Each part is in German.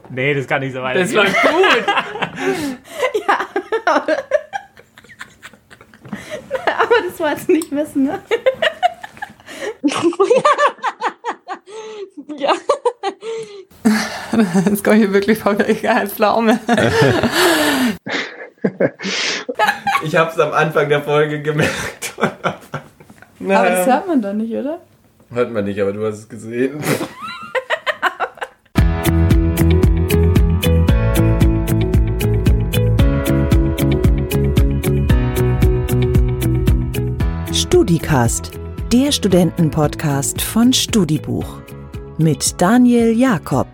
Nee, das kann nicht so weitergehen. Das läuft gut. Ja, aber das wolltest du nicht wissen, ne? Ja. Jetzt komme ich hier wirklich vor wie als Pflaume. Ich hab's am Anfang der Folge gemerkt. Aber das hört man doch nicht, oder? Hört man nicht, aber du hast es gesehen. StudiCast, der Studentenpodcast von Studibuch mit Daniel Jakob.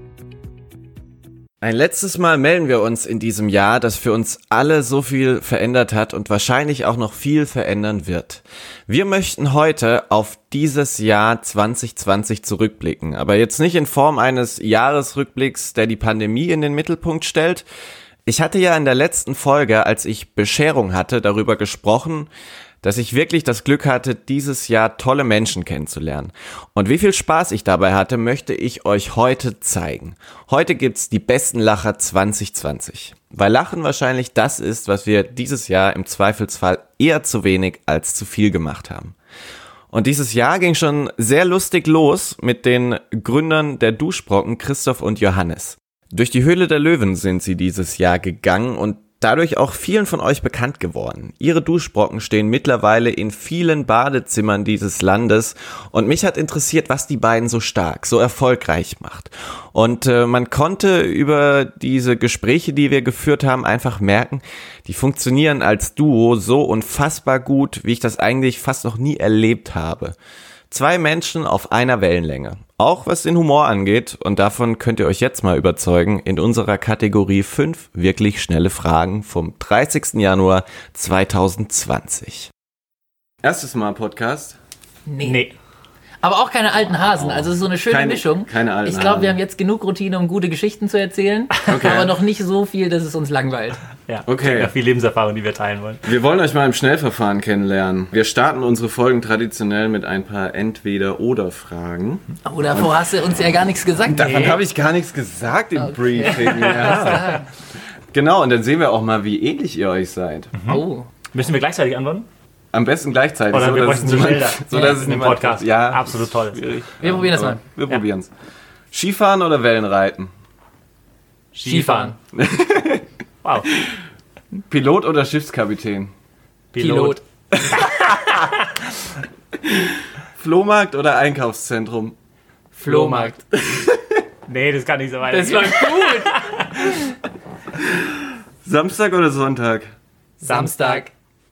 Ein letztes Mal melden wir uns in diesem Jahr, das für uns alle so viel verändert hat und wahrscheinlich auch noch viel verändern wird. Wir möchten heute auf dieses Jahr 2020 zurückblicken, aber jetzt nicht in Form eines Jahresrückblicks, der die Pandemie in den Mittelpunkt stellt. Ich hatte ja in der letzten Folge, als ich Bescherung hatte, darüber gesprochen, dass ich wirklich das Glück hatte, dieses Jahr tolle Menschen kennenzulernen. Und wie viel Spaß ich dabei hatte, möchte ich euch heute zeigen. Heute gibt's die besten Lacher 2020. Weil Lachen wahrscheinlich das ist, was wir dieses Jahr im Zweifelsfall eher zu wenig als zu viel gemacht haben. Und dieses Jahr ging schon sehr lustig los mit den Gründern der Duschbrocken, Christoph und Johannes. Durch die Höhle der Löwen sind sie dieses Jahr gegangen und dadurch auch vielen von euch bekannt geworden. Ihre Duschbrocken stehen mittlerweile in vielen Badezimmern dieses Landes und mich hat interessiert, was die beiden so stark, so erfolgreich macht. Und man konnte über diese Gespräche, die wir geführt haben, einfach merken, die funktionieren als Duo so unfassbar gut, wie ich das eigentlich fast noch nie erlebt habe. Zwei Menschen auf einer Wellenlänge. Auch was den Humor angeht, und davon könnt ihr euch jetzt mal überzeugen, in unserer Kategorie 5 wirklich schnelle Fragen vom 30. Januar 2020. Erstes Mal Podcast? Nee. Aber auch keine alten Hasen, also es ist so eine schöne Mischung. Keine alten Ich glaube, Hasen. wir haben jetzt genug Routine, um gute Geschichten zu erzählen, aber noch nicht so viel, dass es uns langweilt. Ja, Okay. ja, viel Lebenserfahrung, die wir teilen wollen. Wir wollen euch mal im Schnellverfahren kennenlernen. Wir starten unsere Folgen traditionell mit ein paar Entweder-Oder-Fragen. Oh, davor hast du uns ja gar nichts gesagt. Davon habe ich gar nichts gesagt im Briefing. Ja. Genau, und dann sehen wir auch mal, wie ähnlich ihr euch seid. Oh. Müssen wir gleichzeitig antworten? Am besten gleichzeitig. Oder wir dass bräuchten so niemand- Schilder so, dass es in dem niemand- Podcast. Ja, Absolut toll. schwierig. Wir probieren das mal. Wir probieren's. Skifahren oder Wellenreiten? Skifahren. Wow. Pilot oder Schiffskapitän? Pilot. Flohmarkt oder Einkaufszentrum? Flohmarkt. Nee, das kann nicht so Das weitergehen. läuft gut. Samstag oder Sonntag? Samstag.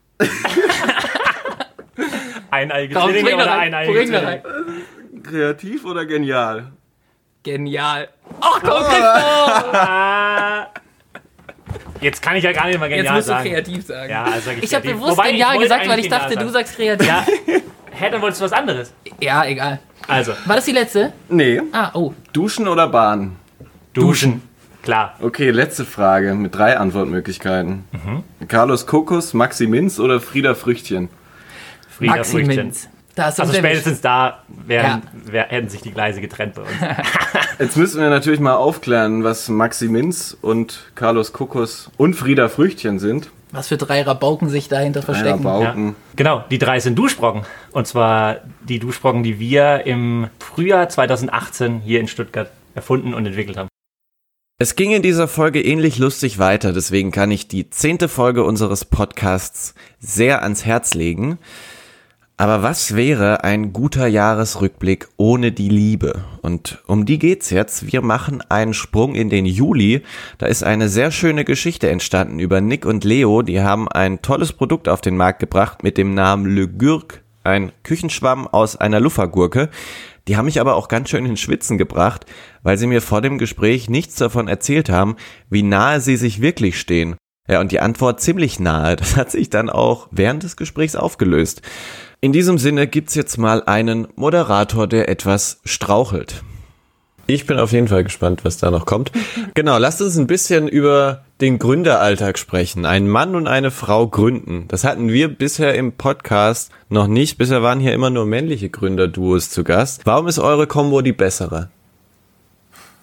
Eineiige Komm, Zwillinge bring da oder rein. eineiige Bring da Zwillinge? rein. Kreativ oder genial? Genial. Ach komm, Christoph. Ah. Jetzt kann ich ja gar nicht mal Jetzt genial musst du sagen. kreativ sagen. Ja, also sag Ich habe kreativ. bewusst Wobei, genial wollte gesagt, weil eigentlich ich dachte, genial du sagen. sagst kreativ. Ja. Hä, dann wolltest du was anderes. Ja, egal. Also, War das die letzte? Nee. Ah, oh. Duschen oder baden? duschen. Klar. Okay, letzte Frage mit 3 Antwortmöglichkeiten. Carlos Kokos, Maxi Minz oder Frieda Früchtchen? Frieda Maxi Früchtchen. Minz. Da hast du Also uns erwischt. spätestens da hätten sich die Gleise getrennt bei uns. Jetzt müssen wir natürlich mal aufklären, was Maxi Minz und Carlos Kokos und Frieda Früchtchen sind. Was für 3 Rabauken sich dahinter verstecken. Bauken. Ja. Genau, die 3 sind Duschbrocken. Und zwar die Duschbrocken, die wir im Frühjahr 2018 hier in Stuttgart erfunden und entwickelt haben. Es ging in dieser Folge ähnlich lustig weiter, deswegen kann ich die 10. Folge unseres Podcasts sehr ans Herz legen. Aber was wäre ein guter Jahresrückblick ohne die Liebe? Und um die geht's jetzt. Wir machen einen Sprung in den Juli. Da ist eine sehr schöne Geschichte entstanden über Nick und Leo. Die haben ein tolles Produkt auf den Markt gebracht mit dem Namen Le Gurk, ein Küchenschwamm aus einer Luffergurke. Die haben mich aber auch ganz schön ins Schwitzen gebracht, weil sie mir vor dem Gespräch nichts davon erzählt haben, wie nahe sie sich wirklich stehen. Ja, und die Antwort ziemlich nahe. Das hat sich dann auch während des Gesprächs aufgelöst. In diesem Sinne gibt's jetzt mal einen Moderator, der etwas strauchelt. Ich bin auf jeden Fall gespannt, was da noch kommt. Genau, lasst uns ein bisschen über den Gründeralltag sprechen. Ein Mann und eine Frau gründen. Das hatten wir bisher im Podcast noch nicht. Bisher waren hier immer nur männliche Gründerduos zu Gast. Warum ist eure Kombo die bessere?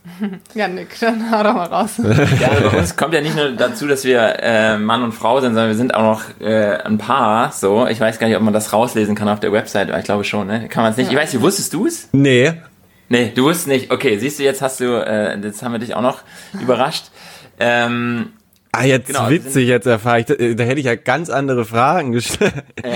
Ja, Nick, dann hau doch mal raus. Ja, also bei uns kommt ja nicht nur dazu, dass wir Mann und Frau sind, sondern wir sind auch noch ein Paar. So, ich weiß gar nicht, ob man das rauslesen kann auf der Website, aber ich glaube schon, ne? Kann man es nicht. Ich weiß nicht, wusstest du es? Nee. Nee, du wusstest nicht. Okay, siehst du, jetzt haben wir dich auch noch überrascht. Jetzt genau, witzig, jetzt erfahre ich, da hätte ich ja ganz andere Fragen gestellt.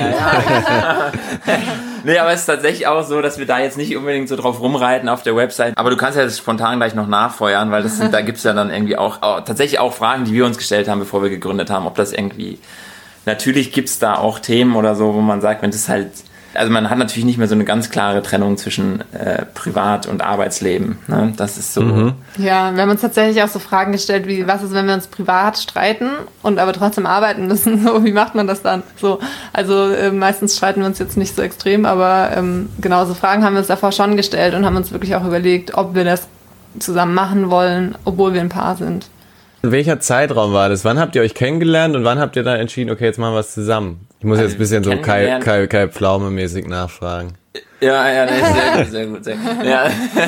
Ja. Nee, aber es ist tatsächlich auch so, dass wir da jetzt nicht unbedingt so drauf rumreiten auf der Website. Aber du kannst ja das spontan gleich noch nachfeuern, weil da gibt's ja dann irgendwie auch tatsächlich auch Fragen, die wir uns gestellt haben, bevor wir gegründet haben, ob das irgendwie, natürlich gibt's da auch Themen oder so, wo man sagt, wenn das halt, also man hat natürlich nicht mehr so eine ganz klare Trennung zwischen Privat- und Arbeitsleben. Ne? Das ist so. Mhm. Ja, wir haben uns tatsächlich auch so Fragen gestellt, wie, was ist, wenn wir uns privat streiten und aber trotzdem arbeiten müssen? So, wie macht man das dann? So, also meistens streiten wir uns jetzt nicht so extrem, aber genau so Fragen haben wir uns davor schon gestellt und haben uns wirklich auch überlegt, ob wir das zusammen machen wollen, obwohl wir ein Paar sind. Welcher Zeitraum war das? Wann habt ihr euch kennengelernt und wann habt ihr dann entschieden, okay, jetzt machen wir es zusammen? Ich muss jetzt ein bisschen so Kai Pflaume-mäßig nachfragen. Ja, nee, sehr gut. Ja.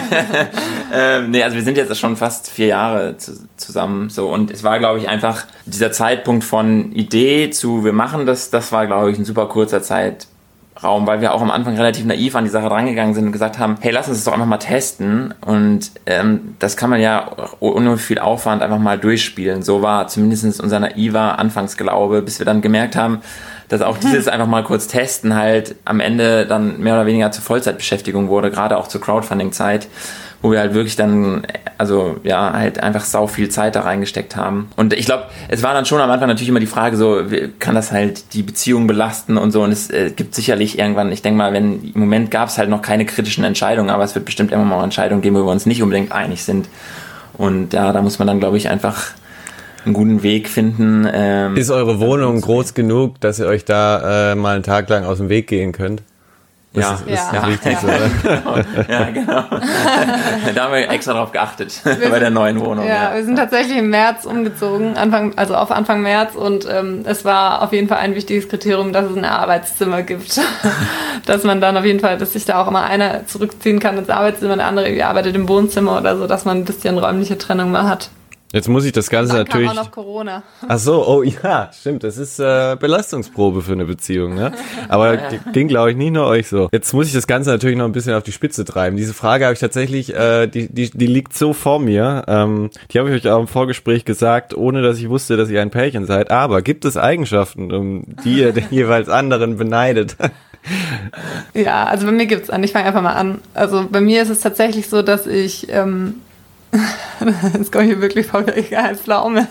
Nee, also wir sind jetzt schon fast 4 Jahre zusammen, so, und es war, glaube ich, einfach dieser Zeitpunkt von Idee zu, wir machen das war, glaube ich, ein super kurzer Zeitraum, weil wir auch am Anfang relativ naiv an die Sache drangegangen sind und gesagt haben, hey, lass uns das doch einfach mal testen, und das kann man ja ohne viel Aufwand einfach mal durchspielen. So war zumindest unser naiver Anfangsglaube, bis wir dann gemerkt haben, dass auch dieses einfach mal kurz testen halt am Ende dann mehr oder weniger zur Vollzeitbeschäftigung wurde, gerade auch zur Crowdfunding-Zeit, wo wir halt wirklich dann, also ja, halt einfach sau viel Zeit da reingesteckt haben. Und ich glaube, es war dann schon am Anfang natürlich immer die Frage so, kann das halt die Beziehung belasten und so, und es gibt sicherlich irgendwann, ich denke mal, im Moment gab es halt noch keine kritischen Entscheidungen, aber es wird bestimmt immer mal Entscheidungen geben, wo wir uns nicht unbedingt einig sind. Und ja, da muss man dann, glaube ich, einfach einen guten Weg finden. Ist eure Wohnung groß genug, dass ihr euch da mal einen Tag lang aus dem Weg gehen könnt? Das ist wichtig, so, oder? Ja, genau. Da haben wir extra drauf geachtet, bei der neuen Wohnung. Ja, wir sind tatsächlich im März umgezogen, auf Anfang März, und es war auf jeden Fall ein wichtiges Kriterium, dass es ein Arbeitszimmer gibt. Dass man dann auf jeden Fall, dass sich da auch immer einer zurückziehen kann ins Arbeitszimmer, der andere irgendwie arbeitet im Wohnzimmer oder so, dass man ein bisschen räumliche Trennung mal hat. Jetzt muss ich das Ganze dann natürlich... Dann kam auch noch Corona. Ach so, oh ja, stimmt. Das ist Belastungsprobe für eine Beziehung, ne? Aber ging, glaube ich, nicht nur euch so. Jetzt muss ich das Ganze natürlich noch ein bisschen auf die Spitze treiben. Diese Frage habe ich tatsächlich, die liegt so vor mir. Die habe ich euch auch im Vorgespräch gesagt, ohne dass ich wusste, dass ihr ein Pärchen seid. Aber gibt es Eigenschaften, die ihr den jeweils anderen beneidet? Ja, also bei mir gibt's an. Ich fange einfach mal an. Also bei mir ist es tatsächlich so, dass ich... Jetzt komme ich hier wirklich vor wie als Pflaume.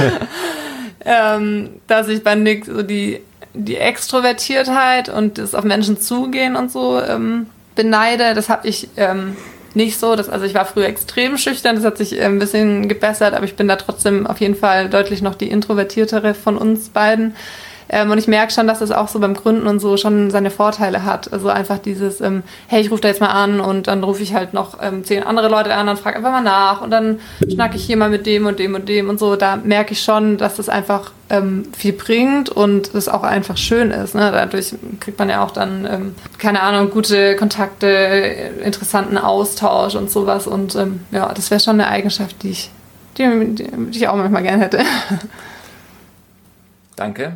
Dass ich bei Nick so die Extrovertiertheit und das auf Menschen zugehen und so beneide. Das habe ich nicht so. Also ich war früher extrem schüchtern, das hat sich ein bisschen gebessert, aber ich bin da trotzdem auf jeden Fall deutlich noch die introvertiertere von uns beiden. Und ich merke schon, dass das auch so beim Gründen und so schon seine Vorteile hat. Also einfach dieses, hey, ich rufe da jetzt mal an und dann rufe ich halt noch 10 andere Leute an und frage einfach mal nach und dann schnacke ich hier mal mit dem und dem und dem und so. Da merke ich schon, dass das einfach viel bringt und es auch einfach schön ist. Ne? Dadurch kriegt man ja auch dann, keine Ahnung, gute Kontakte, interessanten Austausch und sowas. Und ja, das wäre schon eine Eigenschaft, die ich auch manchmal gerne hätte. Danke.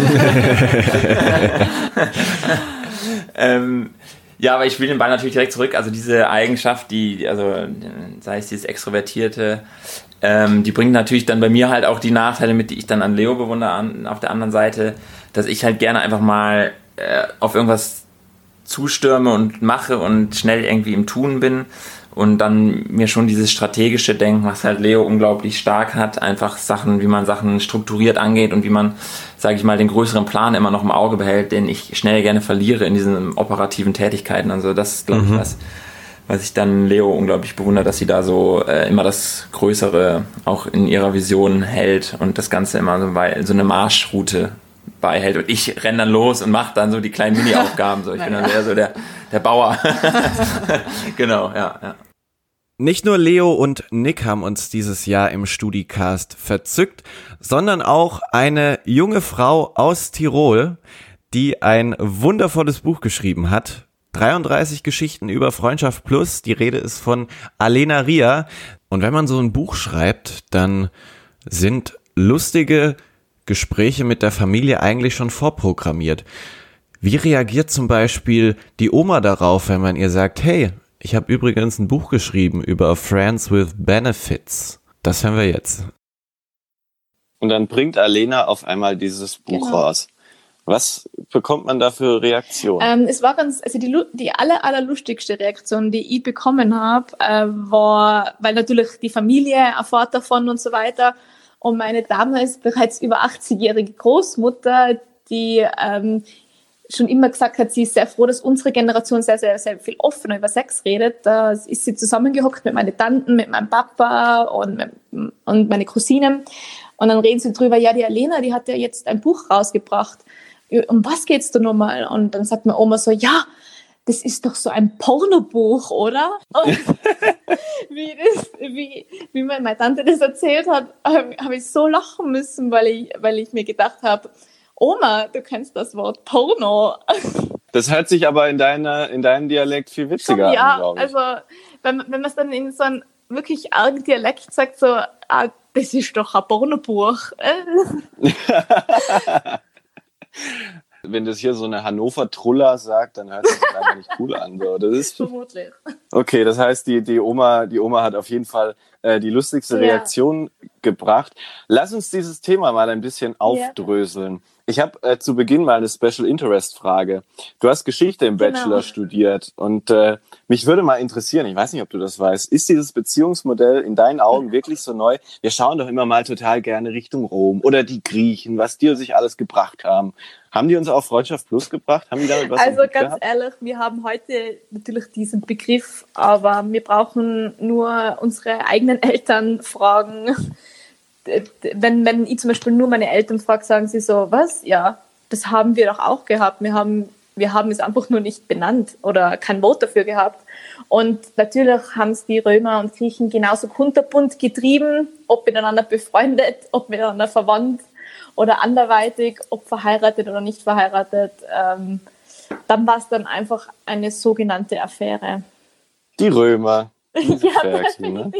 Ja, aber ich spiele den Ball natürlich direkt zurück. Also diese Eigenschaft, sei es dieses Extrovertierte, die bringt natürlich dann bei mir halt auch die Nachteile mit, die ich dann an Leo bewundere, auf der anderen Seite, dass ich halt gerne einfach mal auf irgendwas zustürme und mache und schnell irgendwie im Tun bin. Und dann mir schon dieses strategische Denken, was halt Leo unglaublich stark hat, einfach wie man Sachen strukturiert angeht und wie man, sage ich mal, den größeren Plan immer noch im Auge behält, den ich schnell gerne verliere in diesen operativen Tätigkeiten. Also das ist, glaube ich, was ich dann Leo unglaublich bewundere, dass sie da so immer das Größere auch in ihrer Vision hält und das Ganze immer so eine Marschroute beihält. Und ich renne dann los und mache dann so die kleinen Mini-Aufgaben. So. Ich bin dann eher so der Bauer. Genau, ja. Nicht nur Leo und Nick haben uns dieses Jahr im StudiCast verzückt, sondern auch eine junge Frau aus Tirol, die ein wundervolles Buch geschrieben hat. 33 Geschichten über Freundschaft plus. Die Rede ist von Alena Ria. Und wenn man so ein Buch schreibt, dann sind lustige Gespräche mit der Familie eigentlich schon vorprogrammiert. Wie reagiert zum Beispiel die Oma darauf, wenn man ihr sagt, hey, ich habe übrigens ein Buch geschrieben über Friends with Benefits. Das hören wir jetzt. Und dann bringt Alena auf einmal dieses Buch raus. Was bekommt man da für Reaktionen? Es war die allerlustigste Reaktion, die ich bekommen habe, war, weil natürlich die Familie erfährt davon und so weiter. Und meine damals bereits über 80-jährige Großmutter, die schon immer gesagt hat, sie ist sehr froh, dass unsere Generation sehr, sehr, sehr viel offener über Sex redet. Da ist sie zusammengehockt mit meinen Tanten, mit meinem Papa und meine Cousinen. Und dann reden sie drüber, ja, die Alena, die hat ja jetzt ein Buch rausgebracht. Um was geht's da nochmal? Und dann sagt meine Oma so, ja, das ist doch so ein Pornobuch, oder? Und wie mir meine Tante das erzählt hat, habe ich so lachen müssen, weil ich mir gedacht habe, Oma, du kennst das Wort Porno. Das hört sich aber in deinem Dialekt viel witziger an, glaube ich. Also wenn man es dann in so einem wirklich argen Dialekt sagt, so, das ist doch ein Pornobuch. Wenn das hier so eine Hannover-Truller sagt, dann hört sich das einfach nicht cool an. So. Das ist vermutlich. Okay, das heißt, die Oma hat auf jeden Fall die lustigste Reaktion gebracht. Lass uns dieses Thema mal ein bisschen aufdröseln. Ich habe zu Beginn mal eine Special Interest Frage. Du hast Geschichte im Bachelor studiert und mich würde mal interessieren, ich weiß nicht, ob du das weißt, ist dieses Beziehungsmodell in deinen Augen wirklich so neu? Wir schauen doch immer mal total gerne Richtung Rom oder die Griechen, was die sich alles gebracht haben. Haben die uns auch Freundschaft Plus gebracht? Haben die damit was Also ganz ehrlich, wir haben heute natürlich diesen Begriff, aber wir brauchen nur unsere eigenen Eltern fragen. Wenn ich zum Beispiel nur meine Eltern frage, sagen sie so, was? Ja, das haben wir doch auch gehabt. Wir haben es einfach nur nicht benannt oder kein Wort dafür gehabt. Und natürlich haben es die Römer und Griechen genauso kunterbunt getrieben, ob miteinander befreundet, ob miteinander verwandt oder anderweitig, ob verheiratet oder nicht verheiratet. Dann war es dann einfach eine sogenannte Affäre. Die Römer. Ja, Ferkel, ne?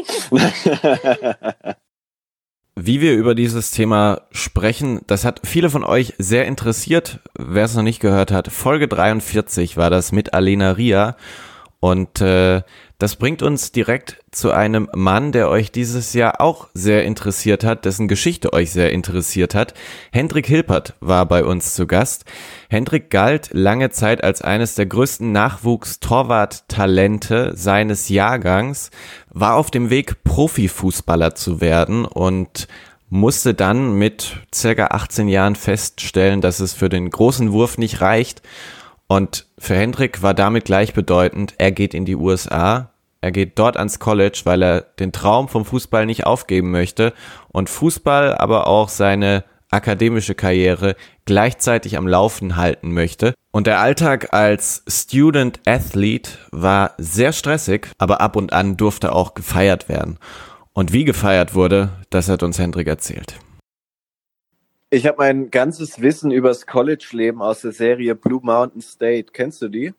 Wie wir über dieses Thema sprechen, das hat viele von euch sehr interessiert. Wer es noch nicht gehört hat, Folge 43 war das mit Alena Ria. Und das bringt uns direkt zu einem Mann, der euch dieses Jahr auch sehr interessiert hat, dessen Geschichte euch sehr interessiert hat. Hendrik Hilpert war bei uns zu Gast. Hendrik galt lange Zeit als eines der größten Nachwuchs-Torwart-Talente seines Jahrgangs, war auf dem Weg, Profifußballer zu werden und musste dann mit ca. 18 Jahren feststellen, dass es für den großen Wurf nicht reicht. Und für Hendrik war damit gleichbedeutend, er geht in die USA, er geht dort ans College, weil er den Traum vom Fußball nicht aufgeben möchte und Fußball, aber auch seine akademische Karriere gleichzeitig am Laufen halten möchte. Und der Alltag als Student Athlete war sehr stressig, aber ab und an durfte auch gefeiert werden. Und wie gefeiert wurde, das hat uns Hendrik erzählt. Ich habe mein ganzes Wissen über das College-Leben aus der Serie Blue Mountain State. Kennst du die?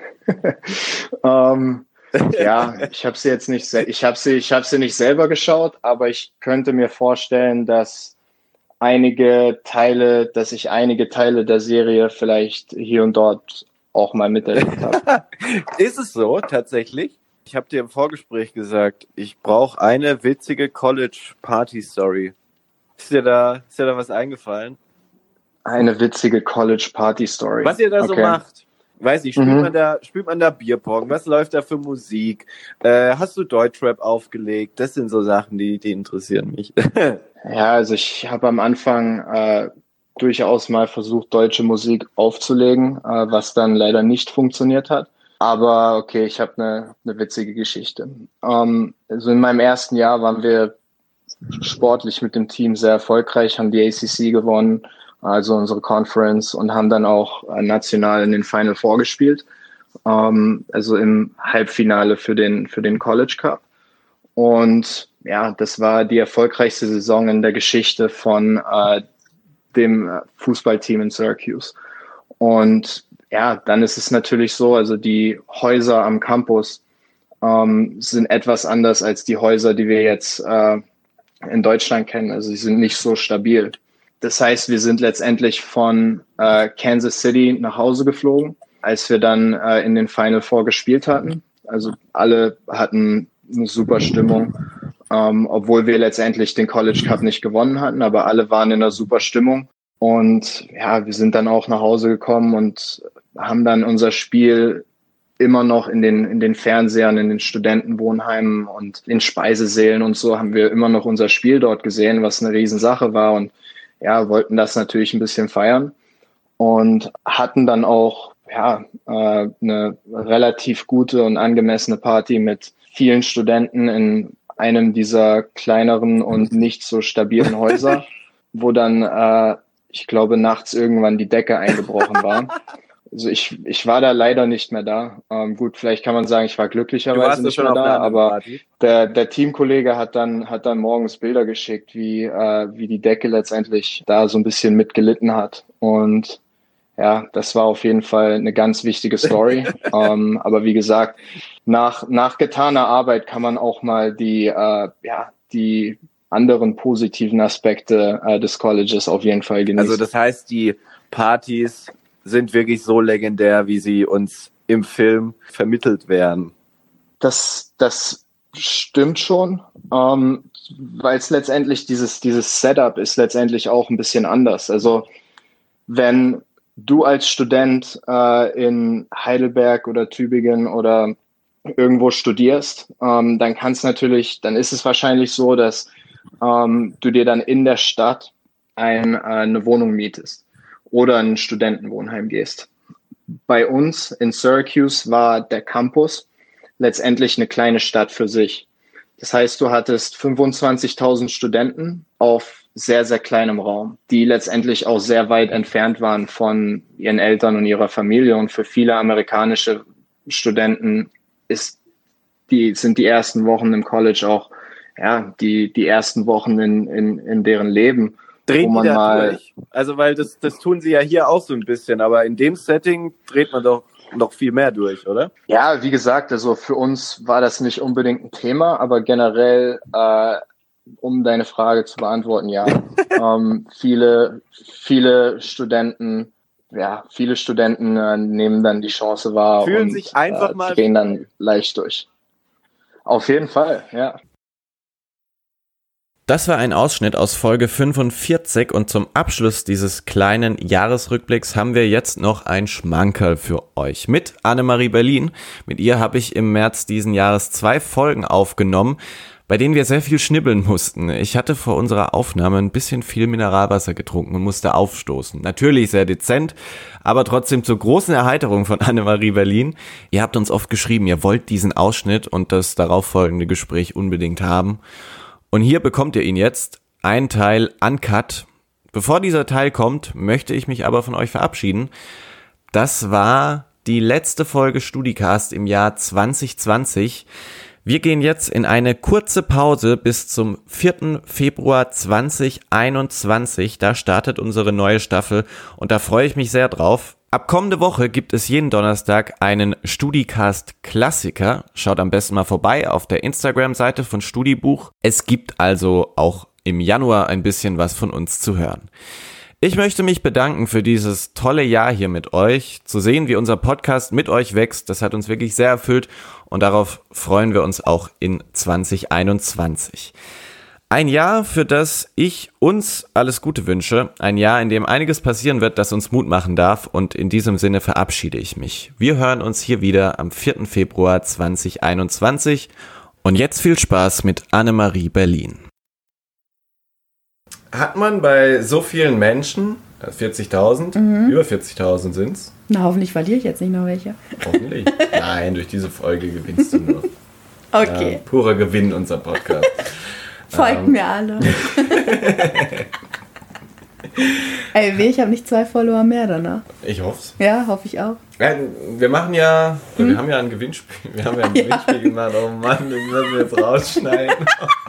Ja, ich habe sie jetzt nicht, ich habe sie nicht selber geschaut, aber ich könnte mir vorstellen, dass ich einige Teile der Serie vielleicht hier und dort auch mal miterlebt habe. Ist es so, tatsächlich? Ich habe dir im Vorgespräch gesagt, ich brauche eine witzige College-Party-Story. Ist dir da was eingefallen? Eine witzige College-Party-Story. Was ihr da so macht? Weiß nicht, spielt man da Bierpong? Was läuft da für Musik? Hast du Deutschrap aufgelegt? Das sind so Sachen, die interessieren mich. Ja, also ich habe am Anfang durchaus mal versucht, deutsche Musik aufzulegen, was dann leider nicht funktioniert hat. Aber okay, ich habe eine witzige Geschichte. Also in meinem ersten Jahr waren wir sportlich mit dem Team sehr erfolgreich, haben die ACC gewonnen, also unsere Conference, und haben dann auch national in den Final Four gespielt, also im Halbfinale für den College Cup. Und ja, das war die erfolgreichste Saison in der Geschichte von dem Fußballteam in Syracuse. Und ja, dann ist es natürlich so, also die Häuser am Campus sind etwas anders als die Häuser, die wir jetzt in Deutschland kennen. Also sie sind nicht so stabil. Das heißt, wir sind letztendlich von Kansas City nach Hause geflogen, als wir dann in den Final Four gespielt hatten. Also alle hatten eine super Stimmung, obwohl wir letztendlich den College Cup nicht gewonnen hatten, aber alle waren in einer super Stimmung. Und ja, wir sind dann auch nach Hause gekommen und haben dann unser Spiel immer noch in den Fernsehern, in den Studentenwohnheimen und in Speisesälen und so haben wir immer noch unser Spiel dort gesehen, was eine Riesensache war und ja, wollten das natürlich ein bisschen feiern und hatten dann auch eine relativ gute und angemessene Party mit vielen Studenten in einem dieser kleineren und nicht so stabilen Häuser, wo dann, ich glaube, nachts irgendwann die Decke eingebrochen war. Also ich war da leider nicht mehr da. Gut, vielleicht kann man sagen, ich war glücklicherweise nicht mehr da, aber der Teamkollege hat dann morgens Bilder geschickt, wie die Decke letztendlich da so ein bisschen mitgelitten hat. Und ja, das war auf jeden Fall eine ganz wichtige Story. Aber wie gesagt, nach getaner Arbeit kann man auch mal die anderen positiven Aspekte des Colleges auf jeden Fall genießen. Also das heißt, die Partys sind wirklich so legendär, wie sie uns im Film vermittelt werden. Das stimmt schon, weil es letztendlich dieses Setup ist letztendlich auch ein bisschen anders. Also wenn du als Student in Heidelberg oder Tübingen oder irgendwo studierst, dann ist es wahrscheinlich so, dass du dir dann in der Stadt eine Wohnung mietest oder in ein Studentenwohnheim gehst. Bei uns in Syracuse war der Campus letztendlich eine kleine Stadt für sich. Das heißt, du hattest 25.000 Studenten auf sehr, sehr kleinem Raum, die letztendlich auch sehr weit entfernt waren von ihren Eltern und ihrer Familie. Und für viele amerikanische Studenten sind die ersten Wochen im College auch die ersten Wochen in deren Leben. Drehen die da durch? Also, weil das tun sie ja hier auch so ein bisschen, aber in dem Setting dreht man doch noch viel mehr durch, oder? Ja, wie gesagt, also für uns war das nicht unbedingt ein Thema, aber generell, um deine Frage zu beantworten, ja. Viele Studenten nehmen dann die Chance wahr Fühlen und sich einfach mal drehen dann leicht durch. Auf jeden Fall, ja. Das war ein Ausschnitt aus Folge 45 und zum Abschluss dieses kleinen Jahresrückblicks haben wir jetzt noch ein Schmankerl für euch mit Annemarie Berlin. Mit ihr habe ich im März diesen Jahres 2 Folgen aufgenommen, bei denen wir sehr viel schnibbeln mussten. Ich hatte vor unserer Aufnahme ein bisschen viel Mineralwasser getrunken und musste aufstoßen. Natürlich sehr dezent, aber trotzdem zur großen Erheiterung von Annemarie Berlin. Ihr habt uns oft geschrieben, ihr wollt diesen Ausschnitt und das darauffolgende Gespräch unbedingt haben. Und hier bekommt ihr ihn jetzt, ein Teil uncut. Bevor dieser Teil kommt, möchte ich mich aber von euch verabschieden. Das war die letzte Folge StudiCast im Jahr 2020. Wir gehen jetzt in eine kurze Pause bis zum 4. Februar 2021. Da startet unsere neue Staffel und da freue ich mich sehr drauf. Ab kommende Woche gibt es jeden Donnerstag einen StudiCast-Klassiker. Schaut am besten mal vorbei auf der Instagram-Seite von Studibuch. Es gibt also auch im Januar ein bisschen was von uns zu hören. Ich möchte mich bedanken für dieses tolle Jahr hier mit euch. Zu sehen, wie unser Podcast mit euch wächst, das hat uns wirklich sehr erfüllt und darauf freuen wir uns auch in 2021. Ein Jahr, für das ich uns alles Gute wünsche. Ein Jahr, in dem einiges passieren wird, das uns Mut machen darf. Und in diesem Sinne verabschiede ich mich. Wir hören uns hier wieder am 4. Februar 2021. Und jetzt viel Spaß mit Annemarie Berlin. Hat man bei so vielen Menschen, 40.000, über 40.000 sind's. Na, hoffentlich verliere ich jetzt nicht noch welche. Hoffentlich. Nein, durch diese Folge gewinnst du nur. Okay. Ja, purer Gewinn, unser Podcast. Folgt mir alle. Ey, ich habe nicht 2 Follower mehr danach. Ich hoff's. Ja, hoffe ich auch. Wir machen ja, wir haben ja ein Gewinnspiel. Wir haben ja ein Gewinnspiel gemacht. Oh Mann, das müssen wir jetzt rausschneiden.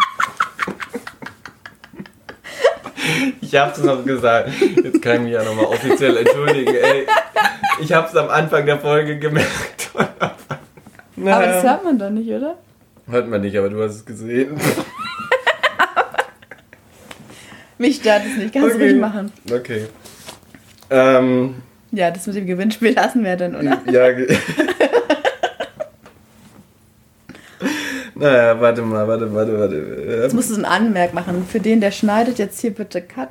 Ich hab's noch gesagt. Jetzt kann ich mich ja nochmal offiziell entschuldigen. Ey, ich hab's am Anfang der Folge gemerkt. Aber das hört man doch nicht, oder? Hört man nicht, aber du hast es gesehen. Mich stört es nicht, kannst du ruhig machen. Okay. Ja, das mit dem Gewinnspiel lassen wir dann, oder? Ja. Naja, warte mal. Jetzt musst du so einen Anmerk machen. Für den, der schneidet, jetzt hier bitte Cut.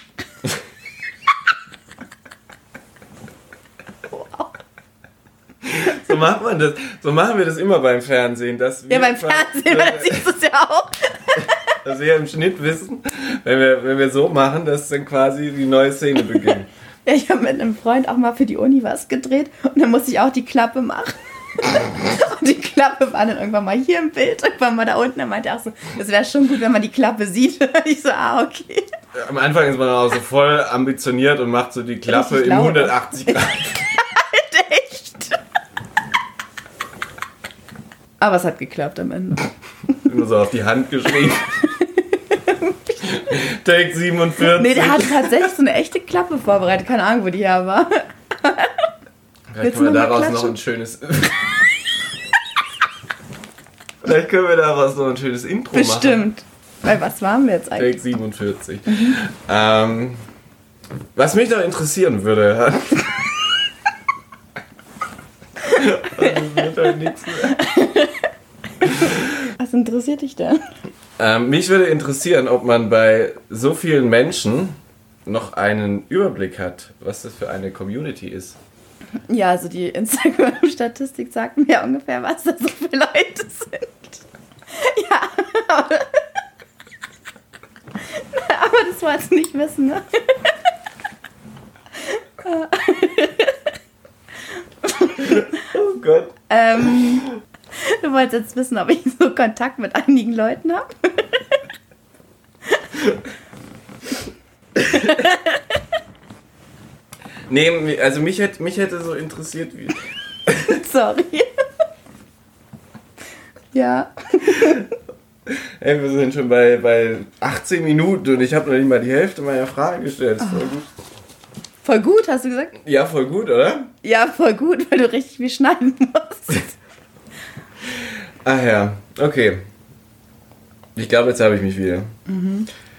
So macht man das. So machen wir das immer beim Fernsehen. Dass wir beim Fernsehen, weil da siehst du es ja auch. Dass wir im Schnitt wissen, wenn wir so machen, dass dann quasi die neue Szene beginnt. Ja, ich habe mit einem Freund auch mal für die Uni was gedreht und dann musste ich auch die Klappe machen. Und die Klappe war dann irgendwann mal hier im Bild, irgendwann mal da unten. Er meinte auch so, das wäre schon gut, wenn man die Klappe sieht. Ich so, okay. Am Anfang ist man auch so voll ambitioniert und macht so die Klappe im 180 Grad. Echt? Aber es hat geklappt am Ende. Nur so auf die Hand geschrieben. Take 47. Nee, der hat tatsächlich so eine echte Klappe vorbereitet. Keine Ahnung, wo die her war. Vielleicht können wir daraus noch ein schönes... Vielleicht können wir daraus noch ein schönes Intro machen. Bestimmt. Weil was waren wir jetzt eigentlich? Take 47. Was mich noch interessieren würde... Das wird halt nichts mehr. Was interessiert dich denn? Mich würde interessieren, ob man bei so vielen Menschen noch einen Überblick hat, was das für eine Community ist. Ja, also die Instagram-Statistik sagt mir ungefähr, was da so viele Leute sind. Ja, aber das wolltest du nicht wissen, ne? Oh Gott. Du wolltest jetzt wissen, ob ich so Kontakt mit einigen Leuten habe? Nee, also mich hätte so interessiert, wie... Sorry. Ja. Ey, wir sind schon bei 18 Minuten und ich habe noch nicht mal die Hälfte meiner Fragen gestellt. Das ist voll gut. Voll gut, hast du gesagt? Ja, voll gut, oder? Ja, voll gut, weil du richtig viel schneiden musst. Ach ja, okay. Ich glaube, jetzt habe ich mich wieder.